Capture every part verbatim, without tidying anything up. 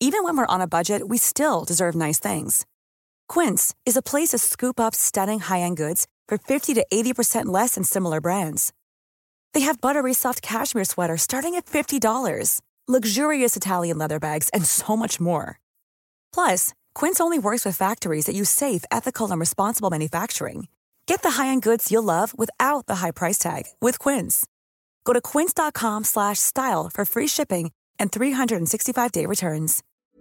Even when we're on a budget, we still deserve nice things. Quince is a place to scoop up stunning high-end goods for fifty to eighty percent less than similar brands. They have buttery soft cashmere sweaters starting at fifty dollars, luxurious Italian leather bags, and so much more. Plus, Quince only works with factories that use safe, ethical, and responsible manufacturing. Get the high-end goods you'll love without the high price tag with Quince. Go to quince.com slash style for free shipping and three sixty-five day returns.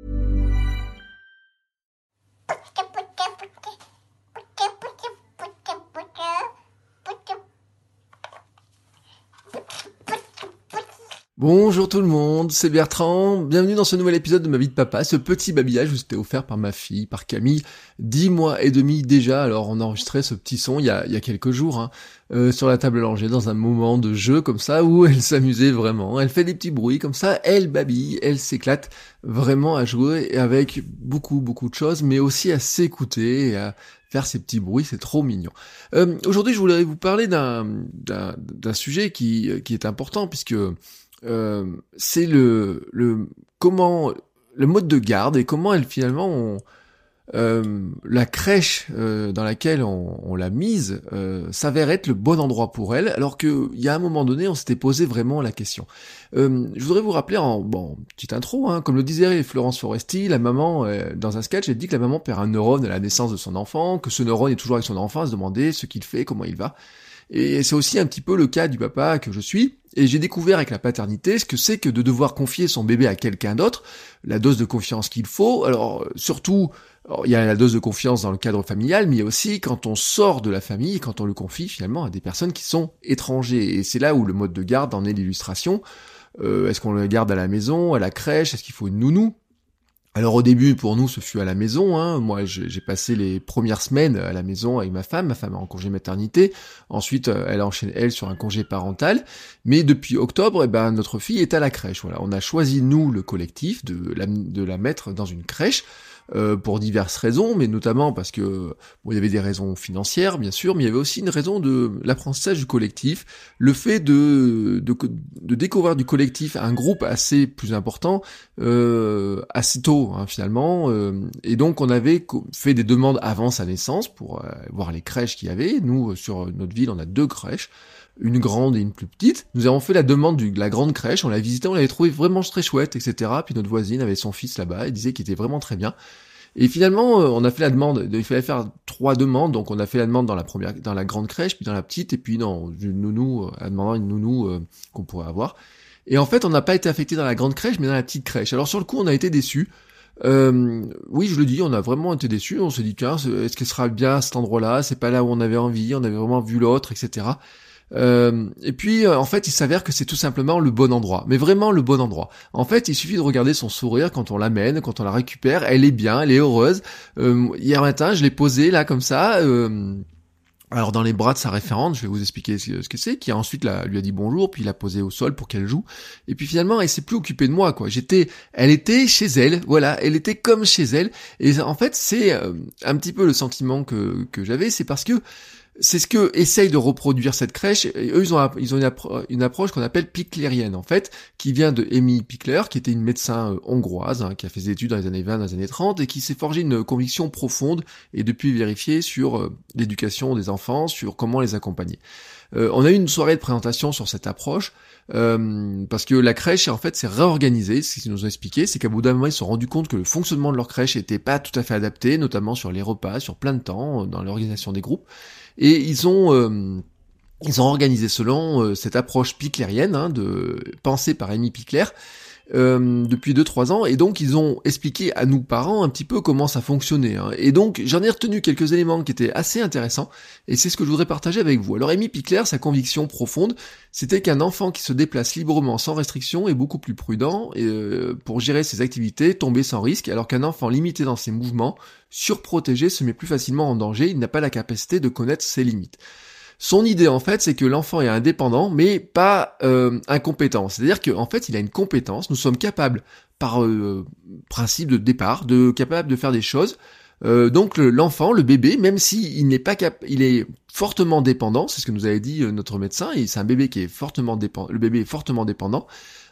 Bonjour tout le monde, c'est Bertrand, bienvenue dans ce nouvel épisode de ma vie de papa. Ce petit babillage vous était offert par ma fille, par Camille, dix mois et demi déjà. Alors on a enregistré ce petit son il y a, il y a quelques jours, hein, euh, sur la table à langer, dans un moment de jeu comme ça, où elle s'amusait vraiment. Elle fait des petits bruits comme ça, elle babille, elle s'éclate vraiment à jouer avec beaucoup beaucoup de choses, mais aussi à s'écouter et à faire ces petits bruits, c'est trop mignon. Euh, aujourd'hui je voulais vous parler d'un, d'un, d'un sujet qui, qui est important, puisque Euh, c'est le, le comment le mode de garde et comment elle finalement on, euh, la crèche euh, dans laquelle on, on l'a mise euh, s'avère être le bon endroit pour elle, alors que il y a un moment donné on s'était posé vraiment la question. Euh, je voudrais vous rappeler en bon petite intro, hein, comme le disait Florence Foresti, la maman euh, dans un sketch, elle dit que la maman perd un neurone à la naissance de son enfant, que ce neurone est toujours avec son enfant à se demander ce qu'il fait, comment il va. Et c'est aussi un petit peu le cas du papa que je suis, et j'ai découvert avec la paternité ce que c'est que de devoir confier son bébé à quelqu'un d'autre, la dose de confiance qu'il faut. Alors surtout, alors, il y a la dose de confiance dans le cadre familial, mais il y a aussi quand on sort de la famille, quand on le confie finalement à des personnes qui sont étrangers, et c'est là où le mode de garde en est l'illustration. Euh, est-ce qu'on le garde à la maison, à la crèche, est-ce qu'il faut une nounou ? Alors au début, pour nous, ce fut à la maison, hein. Moi, j'ai passé les premières semaines à la maison avec ma femme. Ma femme est en congé maternité. Ensuite, elle enchaîne, elle, sur un congé parental. Mais depuis octobre, eh ben, notre fille est à la crèche. Voilà. On a choisi, nous, le collectif, de la, de la mettre dans une crèche. Euh, pour diverses raisons, mais notamment parce que bon, il y avait des raisons financières, bien sûr, mais il y avait aussi une raison de l'apprentissage du collectif, le fait de, de, de découvrir du collectif un groupe assez plus important, euh, assez tôt, hein, finalement, euh, et donc on avait fait des demandes avant sa naissance pour euh, voir les crèches qu'il y avait. Nous, sur notre ville, on a deux crèches, une grande et une plus petite. Nous avons fait la demande de la grande crèche, on l'a visité, on l'avait trouvé vraiment très chouette, et cetera. Puis notre voisine avait son fils là-bas, elle disait qu'il était vraiment très bien. Et finalement, on a fait la demande, il fallait faire trois demandes, donc on a fait la demande dans la première, dans la grande crèche, puis dans la petite, et puis dans une nounou, en demandant une nounou euh, qu'on pourrait avoir. Et en fait, on n'a pas été affecté dans la grande crèche, mais dans la petite crèche. Alors sur le coup, on a été déçus. Euh, oui, je le dis, on a vraiment été déçus. On s'est dit, tiens, est-ce que ce sera bien à cet endroit-là ? C'est pas là où on avait envie, on avait vraiment vu l'autre, et cetera. Euh, et puis euh, en fait il s'avère que c'est tout simplement le bon endroit, mais vraiment le bon endroit. En fait il suffit de regarder son sourire quand on l'amène, quand on la récupère, elle est bien, elle est heureuse. Euh, hier matin je l'ai posée là comme ça, euh, alors dans les bras de sa référente, je vais vous expliquer ce que c'est, qui a ensuite la, lui a dit bonjour, puis l'a posée au sol pour qu'elle joue, et puis finalement elle s'est plus occupée de moi, quoi. J'étais, elle était chez elle, voilà, elle était comme chez elle, et en fait c'est euh, un petit peu le sentiment que que j'avais, c'est parce que c'est ce que essaye de reproduire cette crèche. Et eux, ils ont, ils ont une, appro- une approche qu'on appelle picklerienne, en fait, qui vient de Amy Pickler, qui était une médecin euh, hongroise, hein, qui a fait des études dans les années vingt, dans les années trente, et qui s'est forgé une conviction profonde, et depuis vérifiée sur euh, l'éducation des enfants, sur comment les accompagner. Euh, on a eu une soirée de présentation sur cette approche, euh, parce que la crèche, en fait, s'est réorganisée. Ce qu'ils nous ont expliqué, c'est qu'à bout d'un moment, ils se sont rendus compte que le fonctionnement de leur crèche était pas tout à fait adapté, notamment sur les repas, sur plein de temps, dans l'organisation des groupes. Et ils ont euh, ils ont organisé selon euh, cette approche picklerienne, hein, de pensée par Amy Pickler, euh, depuis deux trois ans, et donc ils ont expliqué à nous parents un petit peu comment ça fonctionnait, hein. Et donc j'en ai retenu quelques éléments qui étaient assez intéressants, et c'est ce que je voudrais partager avec vous. Alors Amy Pickler, sa conviction profonde, c'était qu'un enfant qui se déplace librement sans restriction est beaucoup plus prudent euh, pour gérer ses activités, tomber sans risque, alors qu'un enfant limité dans ses mouvements, surprotégé, se met plus facilement en danger, il n'a pas la capacité de connaître ses limites. Son idée, en fait, c'est que l'enfant est indépendant, mais pas euh, incompétent. C'est-à-dire qu'en fait, il a une compétence. Nous sommes capables, par euh, principe de départ, de capables de faire des choses. Euh, donc le, l'enfant, le bébé, même si il n'est pas cap, il est fortement dépendant. C'est ce que nous avait dit euh, notre médecin. Et c'est un bébé qui est fortement dépendant. Le bébé est fortement dépendant.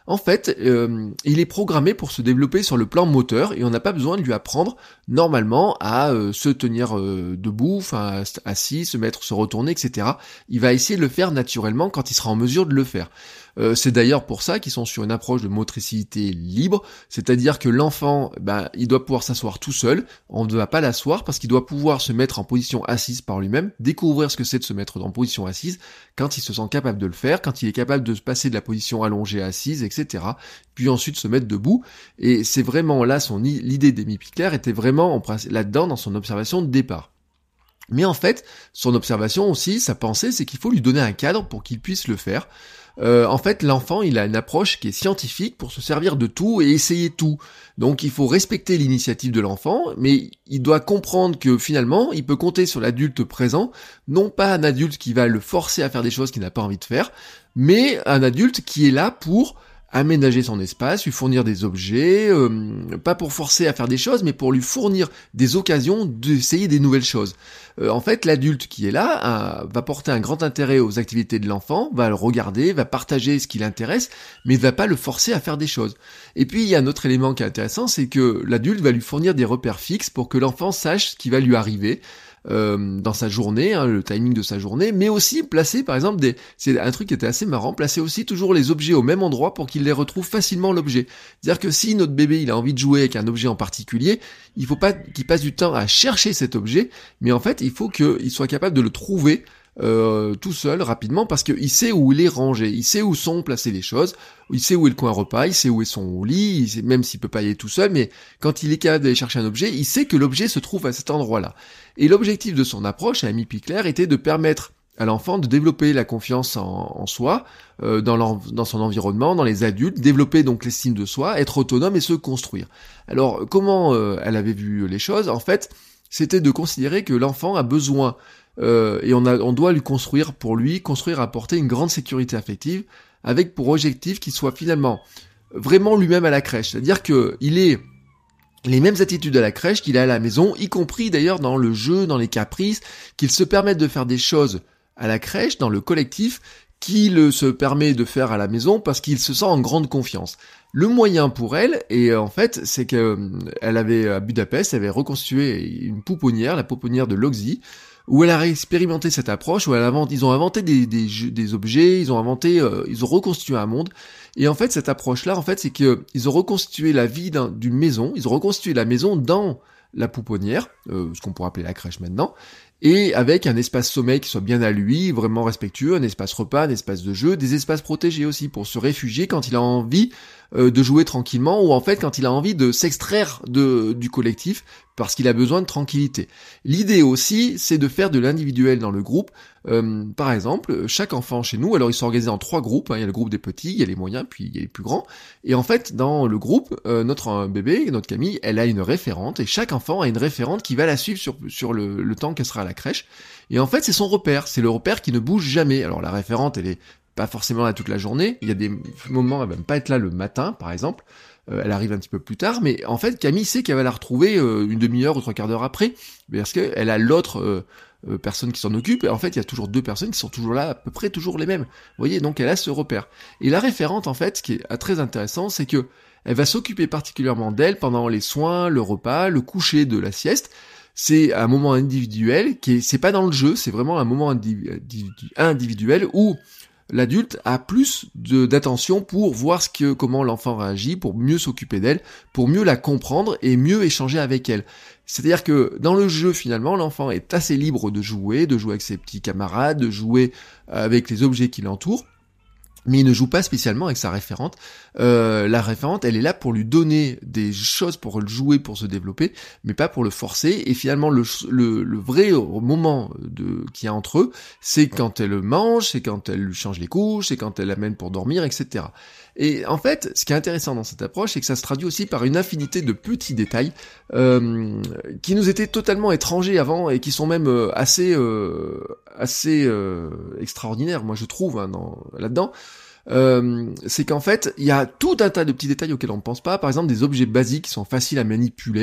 En fait, euh, il est programmé pour se développer sur le plan moteur et on n'a pas besoin de lui apprendre normalement à euh, se tenir euh, debout, enfin assis, se mettre, se retourner, et cetera. Il va essayer de le faire naturellement quand il sera en mesure de le faire. Euh, c'est d'ailleurs pour ça qu'ils sont sur une approche de motricité libre, c'est-à-dire que l'enfant, ben, il doit pouvoir s'asseoir tout seul, on ne va pas l'asseoir parce qu'il doit pouvoir se mettre en position assise par lui-même, découvrir ce que c'est de se mettre en position assise quand il se sent capable de le faire, quand il est capable de passer de la position allongée à assise, et cetera. Puis ensuite se mettre debout, et c'est vraiment là son l'idée d'Amy Pickler était vraiment en, là-dedans dans son observation de départ. Mais en fait, son observation aussi, sa pensée, c'est qu'il faut lui donner un cadre pour qu'il puisse le faire. Euh, en fait, l'enfant, il a une approche qui est scientifique pour se servir de tout et essayer tout. Donc, il faut respecter l'initiative de l'enfant, mais il doit comprendre que finalement, il peut compter sur l'adulte présent, non pas un adulte qui va le forcer à faire des choses qu'il n'a pas envie de faire, mais un adulte qui est là pour aménager son espace, lui fournir des objets, euh, pas pour forcer à faire des choses, mais pour lui fournir des occasions d'essayer des nouvelles choses. Euh, en fait, l'adulte qui est là euh, va porter un grand intérêt aux activités de l'enfant, va le regarder, va partager ce qui l'intéresse, mais ne va pas le forcer à faire des choses. Et puis, il y a un autre élément qui est intéressant, c'est que l'adulte va lui fournir des repères fixes pour que l'enfant sache ce qui va lui arriver, Euh, dans sa journée, hein, le timing de sa journée, mais aussi placer par exemple des, c'est un truc qui était assez marrant, placer aussi toujours les objets au même endroit pour qu'il les retrouve facilement l'objet. C'est-à-dire que si notre bébé il a envie de jouer avec un objet en particulier, il faut pas qu'il passe du temps à chercher cet objet, mais en fait il faut qu'il soit capable de le trouver Euh, tout seul, rapidement, parce qu'il sait où il est rangé, il sait où sont placées les choses, il sait où est le coin repas, il sait où est son lit, il sait, même s'il peut pas y aller tout seul, mais quand il est capable d'aller chercher un objet, il sait que l'objet se trouve à cet endroit-là. Et l'objectif de son approche, à Amy Pickler, était de permettre à l'enfant de développer la confiance en, en soi, euh, dans, dans son environnement, dans les adultes, développer donc l'estime de soi, être autonome et se construire. Alors, comment euh, elle avait vu les choses? En fait, c'était de considérer que l'enfant a besoin Euh, et on, a, on doit lui construire, pour lui, construire, apporter une grande sécurité affective, avec pour objectif qu'il soit finalement vraiment lui-même à la crèche. C'est-à-dire que il ait les mêmes attitudes à la crèche qu'il a à la maison, y compris d'ailleurs dans le jeu, dans les caprices, qu'il se permette de faire des choses à la crèche, dans le collectif, qu'il se permet de faire à la maison parce qu'il se sent en grande confiance. Le moyen pour elle, et en fait, c'est que elle avait à Budapest, elle avait reconstitué une pouponnière, la pouponnière de Loxi, où elle a expérimenté cette approche, où elle invente, ils ont inventé des, des, jeux, des objets, ils ont inventé, euh, ils ont reconstitué un monde. Et en fait, cette approche-là, en fait, c'est que ils ont reconstitué la vie d'un, d'une maison, ils ont reconstitué la maison dans la pouponnière, euh, ce qu'on pourrait appeler la crèche maintenant, et avec un espace sommeil qui soit bien à lui, vraiment respectueux, un espace repas, un espace de jeu, des espaces protégés aussi pour se réfugier quand il a envie euh, de jouer tranquillement, ou en fait quand il a envie de s'extraire de, du collectif, parce qu'il a besoin de tranquillité. L'idée aussi, c'est de faire de l'individuel dans le groupe. Euh, par exemple, chaque enfant chez nous, alors ils sont organisés en trois groupes, hein, il y a le groupe des petits, il y a les moyens, puis il y a les plus grands, et en fait, dans le groupe, euh, notre euh, bébé, notre Camille, elle a une référente, et chaque enfant a une référente qui va la suivre sur, sur le, le temps qu'elle sera à la crèche, et en fait, c'est son repère, c'est le repère qui ne bouge jamais. Alors la référente, elle est pas forcément là toute la journée, il y a des moments, elle va même pas être là le matin, par exemple, Euh, elle arrive un petit peu plus tard, mais en fait Camille sait qu'elle va la retrouver euh, une demi-heure ou trois quarts d'heure après, parce qu'elle a l'autre euh, euh, personne qui s'en occupe, et en fait il y a toujours deux personnes qui sont toujours là, à peu près toujours les mêmes. Vous voyez, donc elle a ce repère. Et la référente, en fait, ce qui est très intéressant, c'est que elle va s'occuper particulièrement d'elle pendant les soins, le repas, le coucher de la sieste. C'est un moment individuel, qui est, c'est pas dans le jeu, c'est vraiment un moment individu- individuel où l'adulte a plus de, d'attention pour voir ce que, comment l'enfant réagit, pour mieux s'occuper d'elle, pour mieux la comprendre et mieux échanger avec elle. C'est-à-dire que dans le jeu, finalement, l'enfant est assez libre de jouer, de jouer avec ses petits camarades, de jouer avec les objets qui l'entourent, mais il ne joue pas spécialement avec sa référente. Euh, la référente, elle est là pour lui donner des choses pour le jouer, pour se développer, mais pas pour le forcer. Et finalement, le, le, le vrai moment de, qu'il y a entre eux, c'est quand elle mange, c'est quand elle lui change les couches, c'est quand elle l'amène pour dormir, et cetera. Et en fait, ce qui est intéressant dans cette approche, c'est que ça se traduit aussi par une infinité de petits détails euh, qui nous étaient totalement étrangers avant et qui sont même euh, assez euh, assez euh, extraordinaires, moi je trouve, hein, dans, là-dedans. Euh, c'est qu'en fait, il y a tout un tas de petits détails auxquels on ne pense pas. Par exemple, des objets basiques qui sont faciles à manipuler.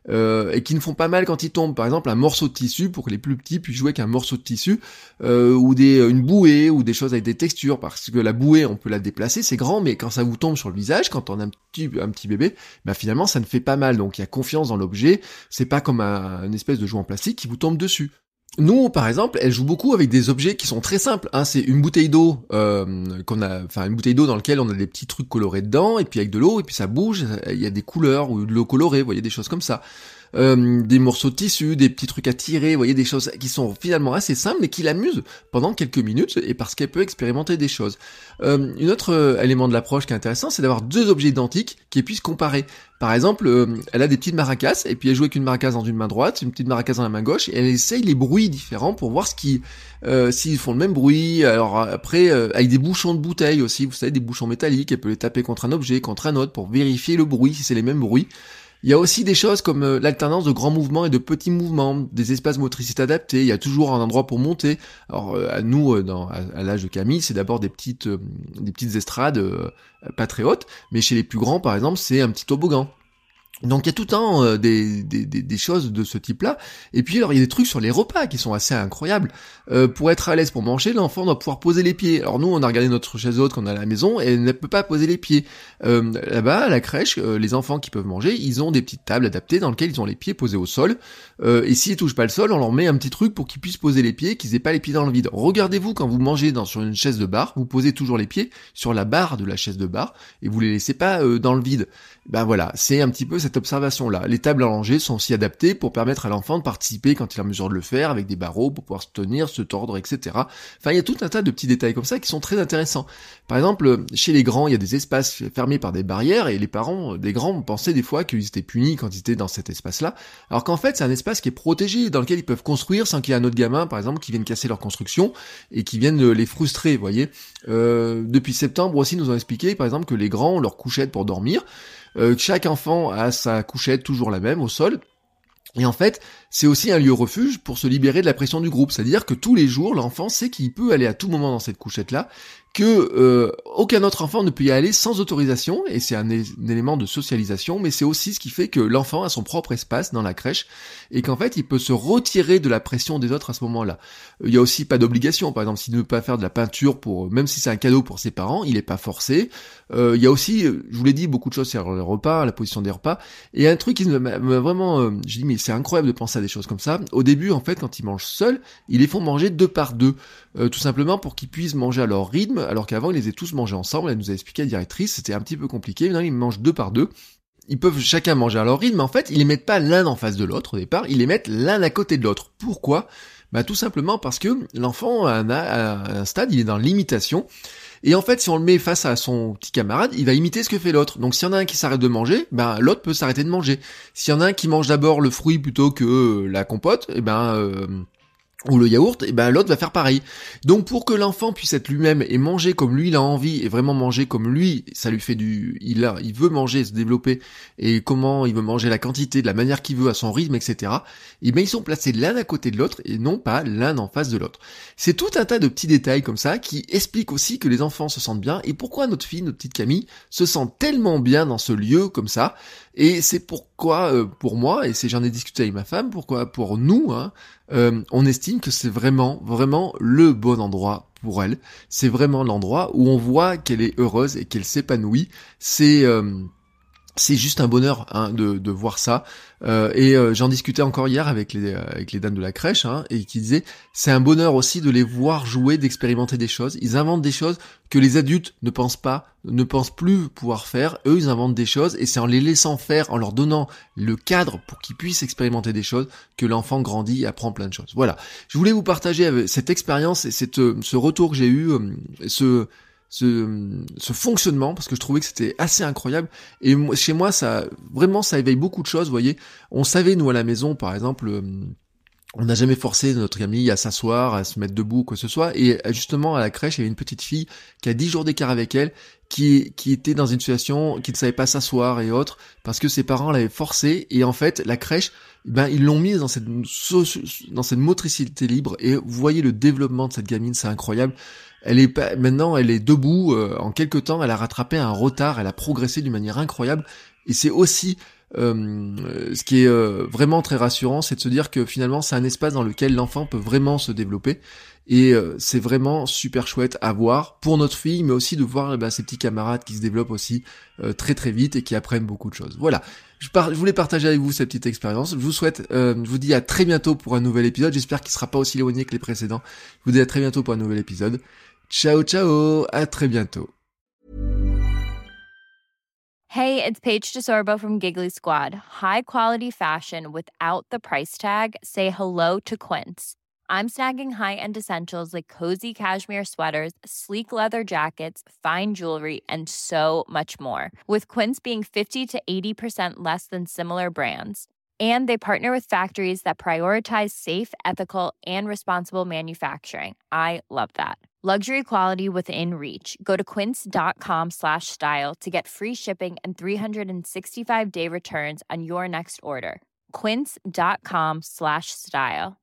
euh, et qui ne font pas mal quand ils tombent. Par exemple, un morceau de tissu pour que les plus petits puissent jouer avec un morceau de tissu, euh, ou des une bouée, ou des choses avec des textures, parce que la bouée, on peut la déplacer, c'est grand, mais quand ça vous tombe sur le visage, quand on a un petit un petit bébé, bah finalement ça ne fait pas mal. Donc il y a confiance dans l'objet. C'est pas comme un, une espèce de jouet en plastique qui vous tombe dessus. Nous, par exemple, elle joue beaucoup avec des objets qui sont très simples. Hein. C'est une bouteille d'eau euh, qu'on a, enfin une bouteille d'eau dans laquelle on a des petits trucs colorés dedans, et puis avec de l'eau, et puis ça bouge. Il y a des couleurs ou de l'eau colorée, vous voyez, des choses comme ça. Euh, des morceaux de tissu, des petits trucs à tirer, vous voyez, des choses qui sont finalement assez simples, mais qui l'amusent pendant quelques minutes, et parce qu'elle peut expérimenter des choses. Euh, une autre euh, élément de l'approche qui est intéressant, c'est d'avoir deux objets identiques qu'elle puisse comparer. Par exemple, euh, elle a des petites maracas, et puis elle joue avec une maracas dans une main droite, une petite maracas dans la main gauche, et elle essaye les bruits différents pour voir ce qui, euh, s'ils font le même bruit. Alors après, euh, avec des bouchons de bouteilles aussi, vous savez, des bouchons métalliques, elle peut les taper contre un objet, contre un autre, pour vérifier le bruit, si c'est les mêmes bruits. Il y a aussi des choses comme euh, l'alternance de grands mouvements et de petits mouvements, des espaces motricités adaptés, il y a toujours un endroit pour monter. Alors euh, à nous, euh, dans, à, à l'âge de Camille, c'est d'abord des petites euh, des petites estrades euh, pas très hautes, mais chez les plus grands, par exemple, c'est un petit toboggan. Donc il y a tout le temps euh, des, des, des, des choses de ce type-là. Et puis alors il y a des trucs sur les repas qui sont assez incroyables. Euh, pour être à l'aise pour manger, l'enfant doit pouvoir poser les pieds. Alors nous on a regardé notre chaise haute qu'on a à la maison et elle ne peut pas poser les pieds. Euh, là-bas à la crèche, euh, les enfants qui peuvent manger, ils ont des petites tables adaptées dans lesquelles ils ont les pieds posés au sol. Euh, et s'ils touchent pas le sol, on leur met un petit truc pour qu'ils puissent poser les pieds, qu'ils aient pas les pieds dans le vide. Regardez-vous quand vous mangez dans, sur une chaise de bar, vous posez toujours les pieds sur la barre de la chaise de bar et vous les laissez pas euh, dans le vide. Ben voilà, c'est un petit peu cette observation-là. Les tables allongées sont aussi adaptées pour permettre à l'enfant de participer quand il est en mesure de le faire, avec des barreaux pour pouvoir se tenir, se tordre, et cetera. Enfin, il y a tout un tas de petits détails comme ça qui sont très intéressants. Par exemple, chez les grands, il y a des espaces fermés par des barrières, et les parents des grands pensaient des fois qu'ils étaient punis quand ils étaient dans cet espace-là, alors qu'en fait, c'est un espace qui est protégé, dans lequel ils peuvent construire sans qu'il y ait un autre gamin, par exemple, qui vienne casser leur construction, et qui vienne les frustrer, vous voyez. Euh, depuis septembre aussi, nous ont expliqué, par exemple, que les grands ont leur couchette pour dormir. Euh, chaque enfant a sa couchette toujours la même au sol. Et en fait, c'est aussi un lieu refuge pour se libérer de la pression du groupe. C'est-à-dire que tous les jours, l'enfant sait qu'il peut aller à tout moment dans cette couchette-là, que euh, aucun autre enfant ne peut y aller sans autorisation, et c'est un, é- un élément de socialisation, mais c'est aussi ce qui fait que l'enfant a son propre espace dans la crèche, et qu'en fait, il peut se retirer de la pression des autres à ce moment-là. Il y a aussi pas d'obligation, par exemple, s'il ne veut pas faire de la peinture, pour même si c'est un cadeau pour ses parents, il n'est pas forcé. Euh, il y a aussi, je vous l'ai dit, beaucoup de choses sur les repas, la position des repas, et un truc qui m'a m'a vraiment... Euh, j'ai dit, mais c'est incroyable de penser à des choses comme ça. Au début, en fait, quand ils mangent seuls, ils les font manger deux par deux, euh, tout simplement pour qu'ils puissent manger à leur rythme, alors qu'avant ils les avaient tous mangés ensemble. Elle nous a expliqué, la directrice, c'était un petit peu compliqué. Maintenant ils mangent deux par deux. Ils peuvent chacun manger à leur rythme, mais en fait ils les mettent pas l'un en face de l'autre au départ, ils les mettent l'un à côté de l'autre. Pourquoi ? Bah tout simplement parce que l'enfant à un, à un stade, il est dans l'imitation. Et en fait, si on le met face à son petit camarade, il va imiter ce que fait l'autre. Donc s'il y en a un qui s'arrête de manger, ben l'autre peut s'arrêter de manger. S'il y en a un qui mange d'abord le fruit plutôt que euh, la compote, et ben euh, ou le yaourt, et ben l'autre va faire pareil. Donc pour que l'enfant puisse être lui-même et manger comme lui il a envie, et vraiment manger comme lui, ça lui fait du... Il a, il veut manger, se développer, et comment il veut manger, la quantité, de la manière qu'il veut, à son rythme, et cetera. Et ben ils sont placés l'un à côté de l'autre, et non pas l'un en face de l'autre. C'est tout un tas de petits détails comme ça, qui expliquent aussi que les enfants se sentent bien, et pourquoi notre fille, notre petite Camille, se sent tellement bien dans ce lieu comme ça. Et c'est pourquoi, euh, pour moi, et c'est j'en ai discuté avec ma femme, pourquoi pour nous, hein, euh, on estime que c'est vraiment, vraiment le bon endroit pour elle. C'est vraiment l'endroit où on voit qu'elle est heureuse et qu'elle s'épanouit. C'est... Euh, C'est juste un bonheur hein, de, de voir ça. Euh, et euh, j'en discutais encore hier avec les, euh, avec les dames de la crèche, hein, et qui disaient c'est un bonheur aussi de les voir jouer, d'expérimenter des choses. Ils inventent des choses que les adultes ne pensent pas, ne pensent plus pouvoir faire. Eux, ils inventent des choses, et c'est en les laissant faire, en leur donnant le cadre pour qu'ils puissent expérimenter des choses, que l'enfant grandit et apprend plein de choses. Voilà. Je voulais vous partager cette expérience et cette, ce retour que j'ai eu, ce... Ce, ce fonctionnement, parce que je trouvais que c'était assez incroyable, et moi, chez moi ça vraiment ça éveille beaucoup de choses, vous voyez. On savait nous à la maison par exemple, euh, on n'a jamais forcé notre Camille à s'asseoir, à se mettre debout ou quoi que ce soit, et justement à la crèche il y avait une petite fille qui a dix jours d'écart avec elle, qui qui était dans une situation qui ne savait pas s'asseoir et autres, parce que ses parents l'avaient forcée, et en fait la crèche, ben ils l'ont mise dans cette dans cette motricité libre, et vous voyez le développement de cette gamine, c'est incroyable. Elle est pas, maintenant, elle est debout. Euh, en quelques temps, elle a rattrapé un retard. Elle a progressé d'une manière incroyable. Et c'est aussi Euh, ce qui est euh, vraiment très rassurant, c'est de se dire que finalement c'est un espace dans lequel l'enfant peut vraiment se développer. Et euh, c'est vraiment super chouette à voir pour notre fille, mais aussi de voir eh ben, ses petits camarades qui se développent aussi euh, très très vite et qui apprennent beaucoup de choses. Voilà, je, par- je voulais partager avec vous cette petite expérience. Je vous souhaite, euh, je vous dis à très bientôt pour un nouvel épisode. J'espère qu'il sera pas aussi éloigné que les précédents. Je vous dis à très bientôt pour un nouvel épisode. Ciao ciao, à très bientôt. Hey, it's Paige DeSorbo from Giggly Squad. High quality fashion without the price tag. Say hello to Quince. I'm snagging high-end essentials like cozy cashmere sweaters, sleek leather jackets, fine jewelry, and so much more. With Quince being fifty to eighty percent less than similar brands. And they partner with factories that prioritize safe, ethical, and responsible manufacturing. I love that. Luxury quality within reach. Go to quince.com slash style to get free shipping and three sixty-five day returns on your next order. Quince.com slash style.